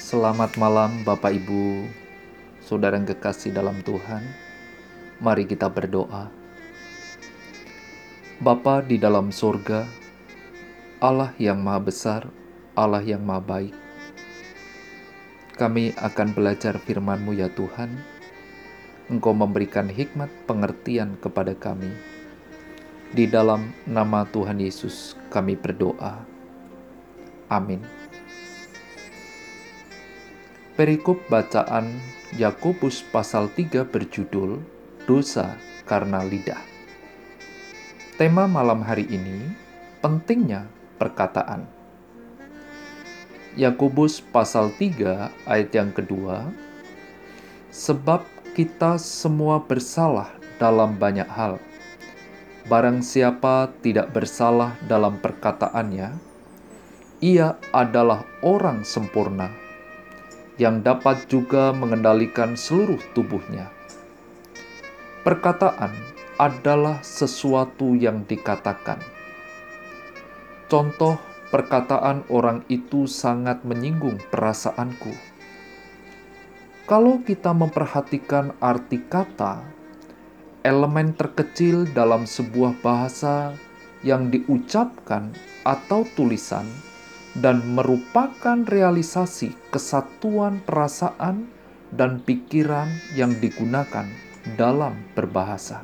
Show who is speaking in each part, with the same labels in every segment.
Speaker 1: Selamat malam Bapak Ibu, Saudara yang kekasih dalam Tuhan. Mari kita berdoa. Bapa di dalam sorga, Allah yang maha besar, Allah yang maha baik. Kami akan belajar firman-Mu ya Tuhan. Engkau memberikan hikmat pengertian kepada kami. Di dalam nama Tuhan Yesus kami berdoa. Amin. Perikop bacaan Yakobus pasal 3 berjudul Dosa karena Lidah. Tema malam hari ini, pentingnya perkataan. Yakobus pasal 3 ayat yang kedua, sebab kita semua bersalah dalam banyak hal. Barang siapa tidak bersalah dalam perkataannya, ia adalah orang sempurna, yang dapat juga mengendalikan seluruh tubuhnya. Perkataan adalah sesuatu yang dikatakan. Contoh perkataan orang itu sangat menyinggung perasaanku. Kalau kita memperhatikan arti kata, elemen terkecil dalam sebuah bahasa yang diucapkan atau tulisan dan merupakan realisasi kesatuan perasaan dan pikiran yang digunakan dalam berbahasa.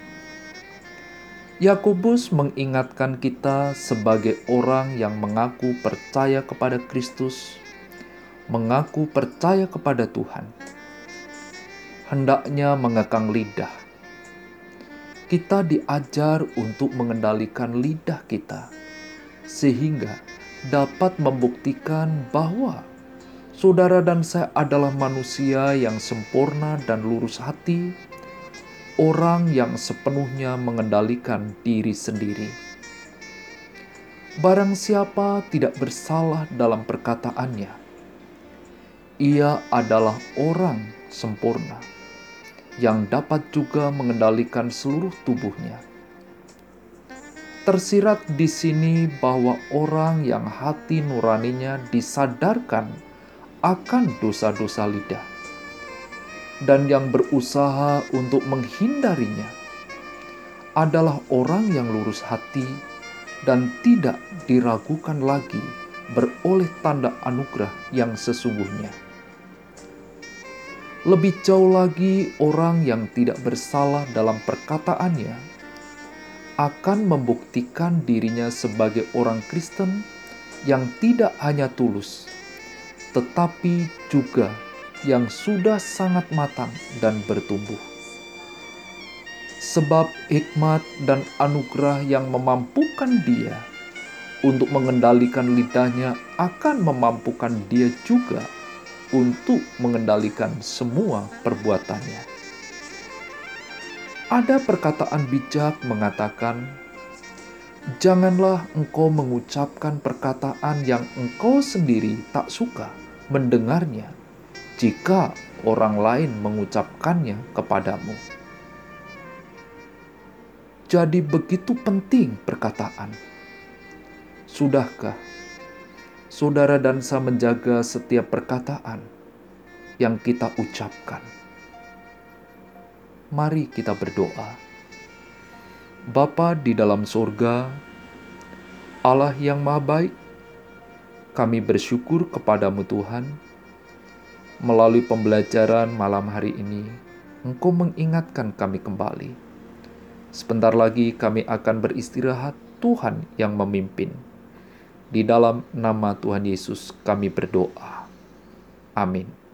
Speaker 1: Yakobus mengingatkan kita sebagai orang yang mengaku percaya kepada Kristus, mengaku percaya kepada Tuhan. Hendaknya mengekang lidah. Kita diajar untuk mengendalikan lidah kita, sehingga dapat membuktikan bahwa saudara dan saya adalah manusia yang sempurna dan lurus hati, orang yang sepenuhnya mengendalikan diri sendiri. Barang siapa tidak bersalah dalam perkataannya, ia adalah orang sempurna, yang dapat juga mengendalikan seluruh tubuhnya. Tersirat di sini bahwa orang yang hati nuraninya disadarkan akan dosa-dosa lidah dan yang berusaha untuk menghindarinya adalah orang yang lurus hati dan tidak diragukan lagi beroleh tanda anugerah yang sesungguhnya. Lebih jauh lagi, orang yang tidak bersalah dalam perkataannya akan membuktikan dirinya sebagai orang Kristen yang tidak hanya tulus, tetapi juga yang sudah sangat matang dan bertumbuh. Sebab hikmat dan anugerah yang memampukan dia untuk mengendalikan lidahnya akan memampukan dia juga untuk mengendalikan semua perbuatannya. Ada perkataan bijak mengatakan, janganlah engkau mengucapkan perkataan yang engkau sendiri tak suka mendengarnya jika orang lain mengucapkannya kepadamu. Jadi begitu penting perkataan. Sudahkah saudara dan saya menjaga setiap perkataan yang kita ucapkan? Mari kita berdoa. Bapa di dalam surga, Allah yang maha baik, kami bersyukur kepadamu Tuhan. Melalui pembelajaran malam hari ini, Engkau mengingatkan kami kembali. Sebentar lagi kami akan beristirahat, Tuhan yang memimpin. Di dalam nama Tuhan Yesus kami berdoa. Amin.